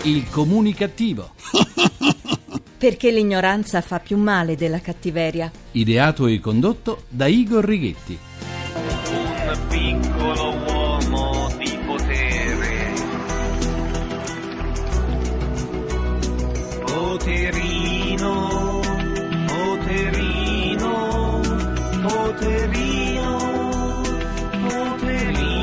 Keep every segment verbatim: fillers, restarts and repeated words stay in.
Il comunicativo. Perché l'ignoranza fa più male della cattiveria. Ideato e condotto da Igor Righetti. Un piccolo uomo di potere. Poterino, poterino, poterino, poterino.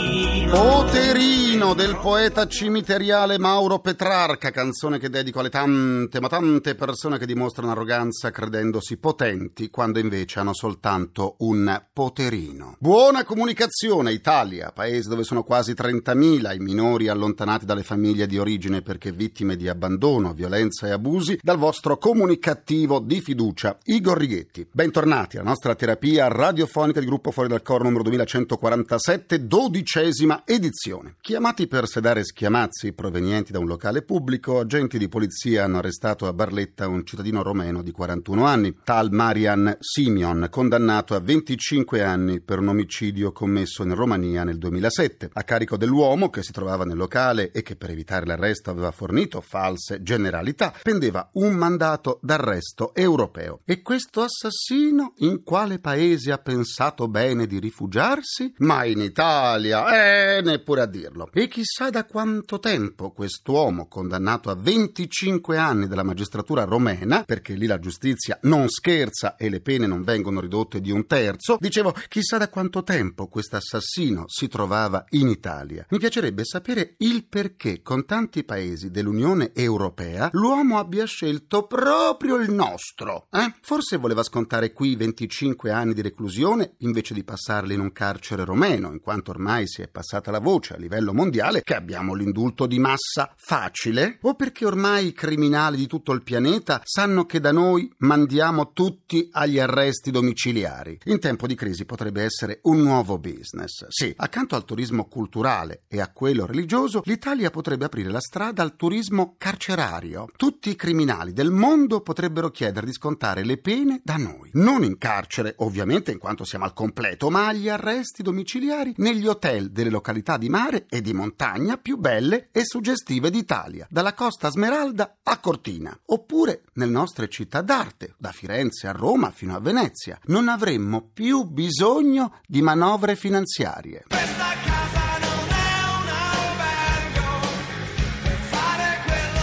Poterino del poeta cimiteriale Mauro Petrarca, canzone che dedico alle tante, ma tante persone che dimostrano arroganza credendosi potenti, quando invece hanno soltanto un poterino. Buona comunicazione, Italia, paese dove sono quasi trentamila i minori allontanati dalle famiglie di origine perché vittime di abbandono, violenza e abusi, dal vostro comunicativo di fiducia, Igor Righetti. Bentornati alla nostra terapia radiofonica di Gruppo Fuori dal Coro numero duemilacentoquarantasette, dodicesima edizione. Chiamati per sedare schiamazzi provenienti da un locale pubblico, agenti di polizia hanno arrestato a Barletta un cittadino romeno di quarantuno anni, tal Marian Simion, condannato a venticinque anni per un omicidio commesso in Romania nel duemilasette. A carico dell'uomo, che si trovava nel locale e che per evitare l'arresto aveva fornito false generalità, pendeva un mandato d'arresto europeo. E questo assassino in quale paese ha pensato bene di rifugiarsi? Ma in Italia! Eh, neppure a dirlo. E chissà da quanto tempo quest'uomo, condannato a venticinque anni dalla magistratura romena, perché lì la giustizia non scherza e le pene non vengono ridotte di un terzo, dicevo, chissà da quanto tempo quest'assassino si trovava in Italia. Mi piacerebbe sapere il perché con tanti paesi dell'Unione Europea l'uomo abbia scelto proprio il nostro. Eh? Forse voleva scontare qui venticinque anni di reclusione invece di passarli in un carcere romeno, in quanto ormai si è passata la voce a livello mondiale che abbiamo l'indulto di massa facile, o perché ormai i criminali di tutto il pianeta sanno che da noi mandiamo tutti agli arresti domiciliari. In tempo di crisi potrebbe essere un nuovo business. Sì, accanto al turismo culturale e a quello religioso, l'Italia potrebbe aprire la strada al turismo carcerario. Tutti i criminali del mondo potrebbero chiedere di scontare le pene da noi. Non in carcere, ovviamente, in quanto siamo al completo, ma agli arresti domiciliari negli hotel delle località di mare e di montagna più belle e suggestive d'Italia, dalla Costa Smeralda a Cortina, oppure nelle nostre città d'arte, da Firenze a Roma fino a Venezia. Non avremmo più bisogno di manovre finanziarie. Questa casa non è un albergo per fare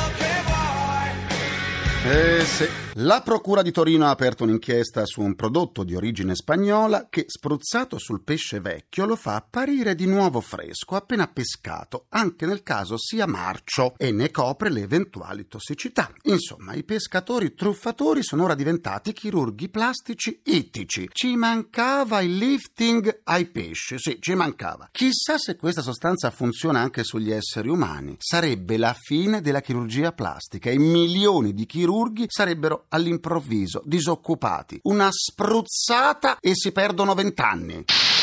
quello che vuoi. Eh sì. La Procura di Torino ha aperto un'inchiesta su un prodotto di origine spagnola che, spruzzato sul pesce vecchio, lo fa apparire di nuovo fresco, appena pescato, anche nel caso sia marcio, e ne copre le eventuali tossicità. Insomma, i pescatori truffatori sono ora diventati chirurghi plastici ittici. Ci mancava il lifting ai pesci, sì, ci mancava. Chissà se questa sostanza funziona anche sugli esseri umani. Sarebbe la fine della chirurgia plastica e milioni di chirurghi sarebbero all'improvviso disoccupati. Una spruzzata e si perdono vent'anni.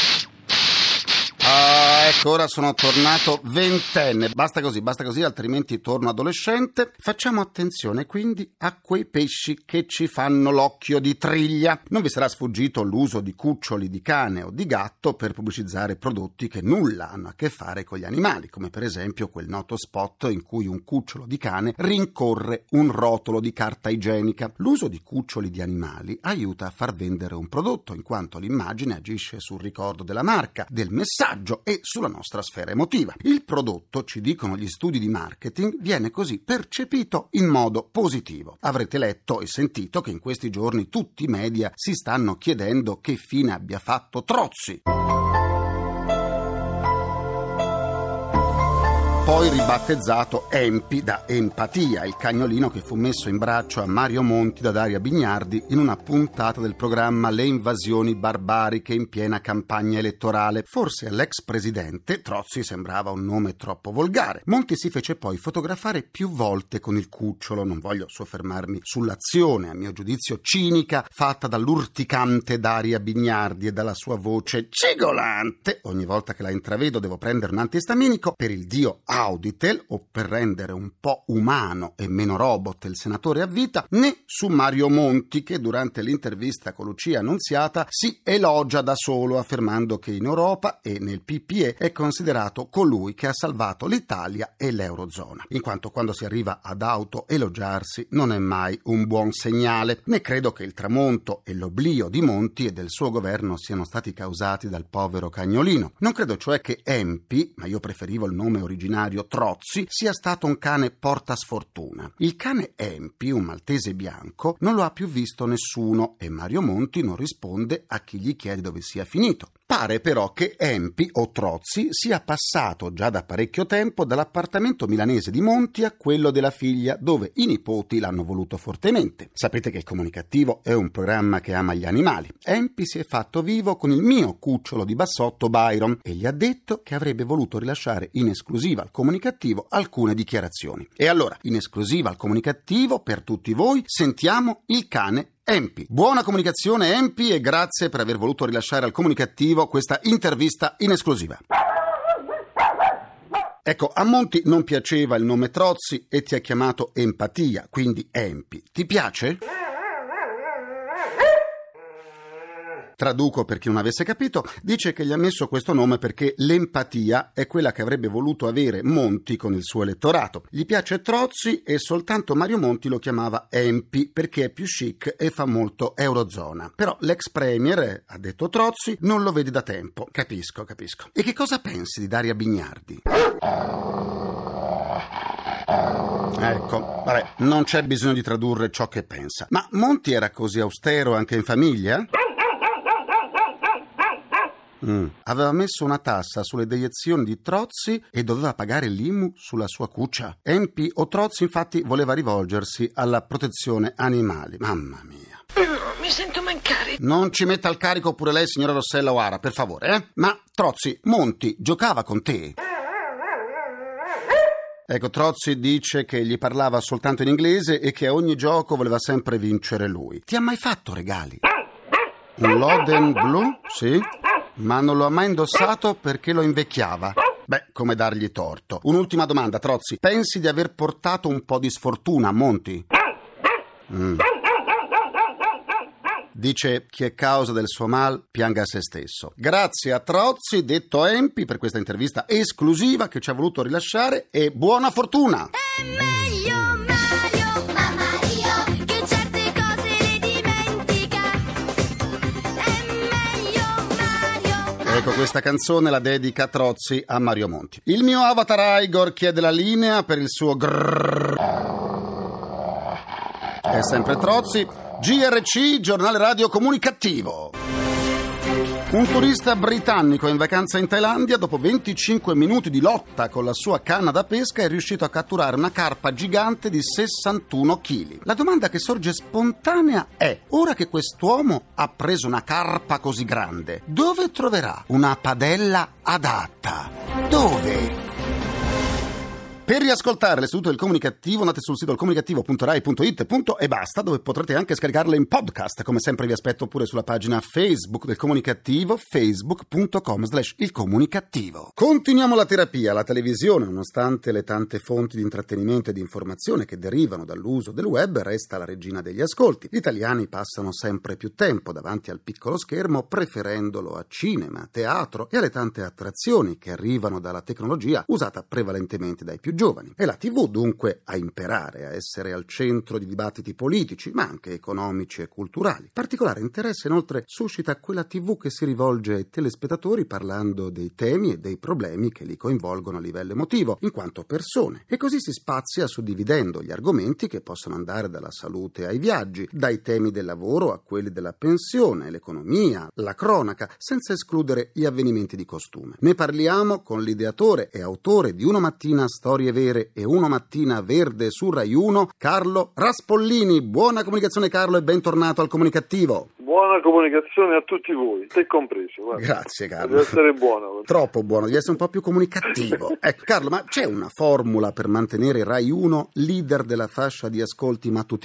Ah, ecco, ora sono tornato ventenne. Basta così, basta così, altrimenti torno adolescente. Facciamo attenzione quindi a quei pesci che ci fanno l'occhio di triglia. Non vi sarà sfuggito l'uso di cuccioli di cane o di gatto per pubblicizzare prodotti che nulla hanno a che fare con gli animali, come per esempio quel noto spot in cui un cucciolo di cane rincorre un rotolo di carta igienica. L'uso di cuccioli di animali aiuta a far vendere un prodotto, in quanto l'immagine agisce sul ricordo della marca, del messaggio e sulla nostra sfera emotiva. Il prodotto, ci dicono gli studi di marketing, viene così percepito in modo positivo. Avrete letto e sentito che in questi giorni tutti i media si stanno chiedendo che fine abbia fatto Trozzi. Poi ribattezzato Empi da Empatia, il cagnolino che fu messo in braccio a Mario Monti da Daria Bignardi in una puntata del programma Le invasioni barbariche in piena campagna elettorale. Forse all'ex presidente Trozzi sembrava un nome troppo volgare. Monti si fece poi fotografare più volte con il cucciolo. Non voglio soffermarmi sull'azione, a mio giudizio cinica, fatta dall'urticante Daria Bignardi e dalla sua voce cigolante. Ogni volta che la intravedo devo prendere un antistaminico. Per il dio Auditel, o per rendere un po' umano e meno robot il senatore a vita, né su Mario Monti, che durante l'intervista con Lucia Annunziata si elogia da solo, affermando che in Europa e nel P P E è considerato colui che ha salvato l'Italia e l'Eurozona, in quanto quando si arriva ad autoelogiarsi non è mai un buon segnale, né credo che il tramonto e l'oblio di Monti e del suo governo siano stati causati dal povero cagnolino. Non credo cioè che Empi, ma io preferivo il nome originario Trozzi, sia stato un cane porta sfortuna. Il cane Empi, un maltese bianco, non lo ha più visto nessuno e Mario Monti non risponde a chi gli chiede dove sia finito. Pare però che Empi o Trozzi sia passato già da parecchio tempo dall'appartamento milanese di Monti a quello della figlia, dove i nipoti l'hanno voluto fortemente. Sapete che il Comunicativo è un programma che ama gli animali. Empi si è fatto vivo con il mio cucciolo di bassotto Byron e gli ha detto che avrebbe voluto rilasciare in esclusiva al Comunicativo alcune dichiarazioni. E allora, in esclusiva al Comunicativo, per tutti voi, sentiamo il cane Empi. Buona comunicazione Empi e grazie per aver voluto rilasciare al Comunicativo questa intervista in esclusiva. Ecco, a Monti non piaceva il nome Trozzi e ti ha chiamato Empatia, quindi Empi. Ti piace? Traduco per chi non avesse capito, dice che gli ha messo questo nome perché l'empatia è quella che avrebbe voluto avere Monti con il suo elettorato. Gli piace Trozzi e soltanto Mario Monti lo chiamava Empi perché è più chic e fa molto Eurozona. Però l'ex premier, ha detto Trozzi, non lo vede da tempo. Capisco, capisco. E che cosa pensi di Daria Bignardi? Ecco, vabbè, non c'è bisogno di tradurre ciò che pensa. Ma Monti era così austero anche in famiglia? Mm. Aveva messo una tassa sulle deiezioni di Trozzi e doveva pagare l'I M U sulla sua cuccia. Empi o Trozzi infatti voleva rivolgersi alla protezione animali. Mamma mia. Mi sento mancare. Non ci metta al carico pure lei, signora Rossella O'Hara, per favore, eh? Ma Trozzi, Monti giocava con te? Ecco, Trozzi dice che gli parlava soltanto in inglese e che a ogni gioco voleva sempre vincere lui. Ti ha mai fatto regali? Un Loden blu? Sì? Ma non lo ha mai indossato perché lo invecchiava. Beh, come dargli torto. Un'ultima domanda, Trozzi. Pensi di aver portato un po' di sfortuna a Monti? Mm. Dice chi è causa del suo mal pianga se stesso. Grazie a Trozzi, detto Empi, per questa intervista esclusiva che ci ha voluto rilasciare e buona fortuna! È meglio Mario, mamma Dio, che certe cose le dimentica. È meglio Mario. Ecco, questa canzone la dedica Trozzi a Mario Monti. Il mio avatar Igor chiede la linea per il suo grrrr. È sempre Trozzi. G R C, giornale radio comunicativo. Un turista britannico in vacanza in Thailandia, dopo venticinque minuti di lotta con la sua canna da pesca, è riuscito a catturare una carpa gigante di sessantuno chili. La domanda che sorge spontanea è: ora che quest'uomo ha preso una carpa così grande, dove troverà una padella adatta? Dove? Per riascoltare le sedute del Comunicativo andate sul sito comunicativo punto rai punto it punto e basta, dove potrete anche scaricarle in podcast. Come sempre vi aspetto pure sulla pagina Facebook del Comunicativo, facebook punto com slash il comunicativo. Continuiamo la terapia. La televisione, nonostante le tante fonti di intrattenimento e di informazione che derivano dall'uso del web, resta la regina degli ascolti. Gli italiani passano sempre più tempo davanti al piccolo schermo, preferendolo a cinema, teatro e alle tante attrazioni che arrivano dalla tecnologia usata prevalentemente dai più giovani. È la tivù dunque a imperare a essere al centro di dibattiti politici, ma anche economici e culturali. Particolare interesse inoltre suscita quella tivù che si rivolge ai telespettatori parlando dei temi e dei problemi che li coinvolgono a livello emotivo, in quanto persone. E così si spazia suddividendo gli argomenti che possono andare dalla salute ai viaggi, dai temi del lavoro a quelli della pensione, l'economia, la cronaca, senza escludere gli avvenimenti di costume. Ne parliamo con l'ideatore e autore di Una mattina storie vere e Una mattina verde su Rai uno, Carlo Raspollini. Buona comunicazione Carlo e bentornato al Comunicativo. Buona comunicazione a tutti voi, te compreso. Guarda. Grazie Carlo. Deve essere buono. Troppo buono, devi essere un po' più comunicativo. Ecco Carlo, ma c'è una formula per mantenere Rai uno leader della fascia di ascolti mattutina?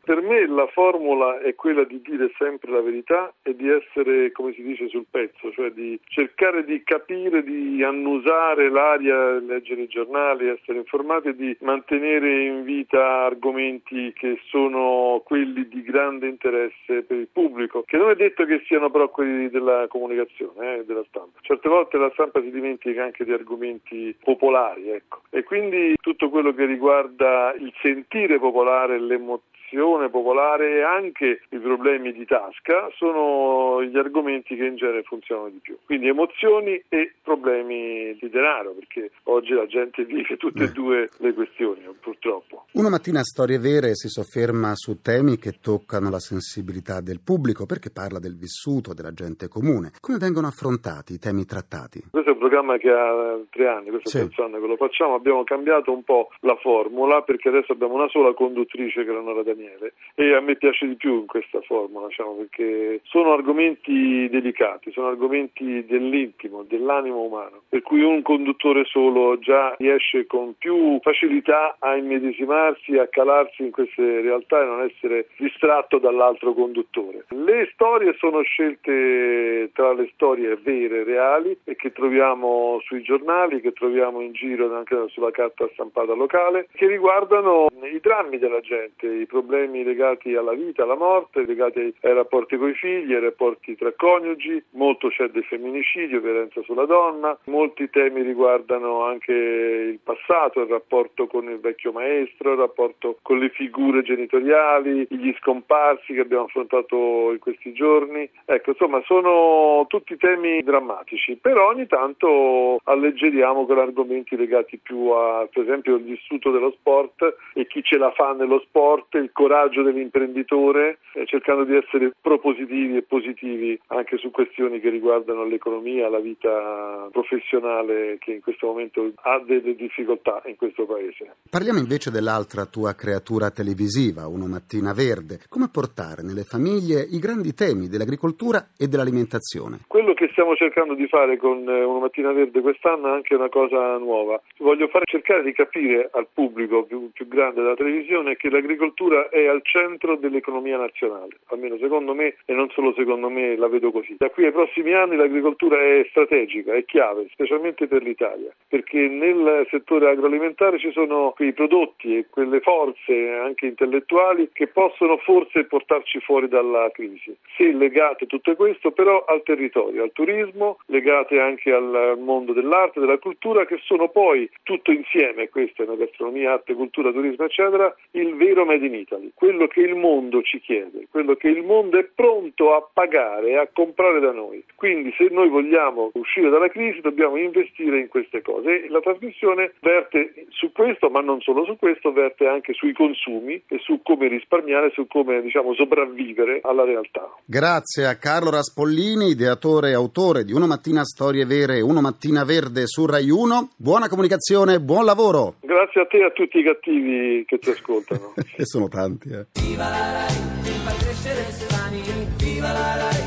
Per me la formula è quella di dire sempre la verità e di essere, come si dice, sul pezzo, cioè di cercare di capire, di annusare l'aria, leggere i giornali, essere informati e di mantenere in vita argomenti che sono quelli di grande interesse per il pubblico, che non è detto che siano però quelli della comunicazione, eh, della stampa. Certe volte la stampa si dimentica anche di argomenti popolari, ecco. E quindi tutto quello che riguarda il sentire popolare, l'emozione popolare e anche i problemi di tasca sono gli argomenti che in genere funzionano di più. Quindi emozioni e problemi di denaro, perché oggi la gente vive tutte e due le questioni, purtroppo. Una mattina Storie Vere si sofferma su temi che toccano la sensibilità del pubblico, perché parla del vissuto della gente comune. Come vengono affrontati i temi trattati? Questo è un programma che ha tre anni, questo sì. è il terzo anno che lo facciamo. Abbiamo cambiato un po' la formula, perché adesso abbiamo una sola conduttrice, che è Eleonora Daniele, e a me piace di più in questa formula, diciamo, perché sono argomenti delicati, sono argomenti dell'intimo, dell'animo umano, per cui un conduttore solo già riesce con più facilità a immedesimarsi, a calarsi in queste realtà e non essere distratto dall'altro conduttore. Le storie sono scelte tra le storie vere, reali, e che troviamo sui giornali, che troviamo in giro anche sulla carta stampata locale, che riguardano i drammi della gente, i problemi legati alla vita, alla morte, legati ai, ai rapporti coi figli, ai rapporti tra coniugi. Molto c'è del femminicidio, violenza sulla donna, molti temi riguardano anche il passato, il rapporto con il vecchio maestro, il rapporto con le figure genitoriali, gli scomparsi che abbiamo affrontato in questi giorni. Ecco, insomma, sono tutti temi drammatici, però ogni tanto alleggeriamo con argomenti legati più a, per esempio, il vissuto dello sport e chi ce la fa nello sport, il coraggio dell'imprenditore, eh, cercando di essere propositivi e positivi anche su questioni che riguardano l'economia, la vita professionale, che in questo momento ha delle difficoltà in questo paese. Parliamo invece dell'altra tua creatura televisiva, Una Mattina Verde. Come portare nelle famiglie i grandi temi dell'agricoltura e dell'alimentazione? Quello che stiamo cercando di fare con Una Mattina Verde quest'anno è anche una cosa nuova. Voglio fare cercare di capire al pubblico più, più grande della televisione che l'agricoltura è al centro dell'economia nazionale, almeno secondo me, e non solo secondo me, la vedo così. Da qui ai prossimi anni l'agricoltura è strategica, è chiave, specialmente per l'Italia, perché nel settore agroalimentare ci sono quei prodotti e quelle forze anche intellettuali che possono forse portarci fuori dalla crisi, se legate tutto questo però al territorio, al turismo, legate anche al mondo dell'arte, della cultura, che sono poi tutto insieme, questa è una gastronomia, arte, cultura, turismo eccetera, il vero Made in Italy, quello che il mondo ci chiede, quello che il mondo è pronto a pagare e a comprare da noi. Quindi se noi vogliamo uscire dalla crisi dobbiamo investire in queste cose, e la trasmissione verte su questo, ma non solo su questo, verte anche sui consumi e su come risparmiare, su come, diciamo, sopravvivere alla realtà. Grazie a Carlo Raspollini, ideatore e autore di Una Mattina Storie Vere e Una Mattina Verde su Rai uno. Buona comunicazione, buon lavoro! Grazie a te e a tutti i cattivi che ti ascoltano. E sono tanti, eh. Viva la Rai, fa crescere sani, viva la Rai,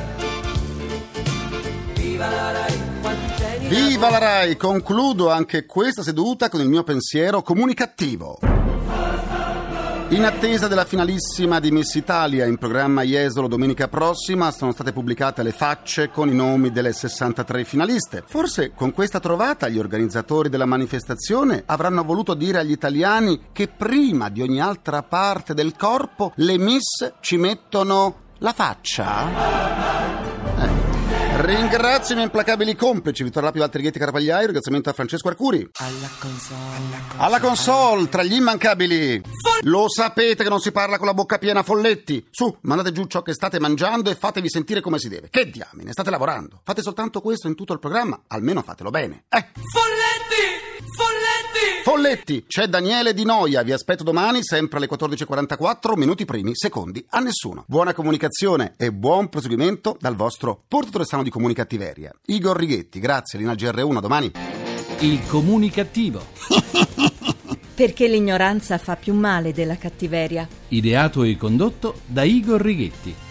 viva la Rai, quanti geni. Viva la Rai! Concludo anche questa seduta con il mio pensiero comunicativo. In attesa della finalissima di Miss Italia, in programma Jesolo domenica prossima, sono state pubblicate le facce con i nomi delle sessantatré finaliste. Forse con questa trovata gli organizzatori della manifestazione avranno voluto dire agli italiani che prima di ogni altra parte del corpo le Miss ci mettono la faccia? Ringrazio i miei implacabili complici Vittorio Lapi, Walter Ghetti, Carapagliai. Ringraziamento a Francesco Arcuri Alla console, alla console, tra gli immancabili. Lo sapete che non si parla con la bocca piena, folletti. Su, mandate giù ciò che state mangiando e fatevi sentire come si deve. Che diamine, state lavorando. Fate soltanto questo in tutto il programma, almeno fatelo bene. Eh. Folletti! Folletti! Folletti, c'è Daniele Di Noia, vi aspetto domani sempre alle quattordici e quarantaquattro, minuti primi, secondi a nessuno. Buona comunicazione e buon proseguimento dal vostro portatore sano di comunicattiveria, Igor Righetti. Grazie, Lina G R uno, a domani. Il comunicativo. Perché l'ignoranza fa più male della cattiveria. Ideato e condotto da Igor Righetti.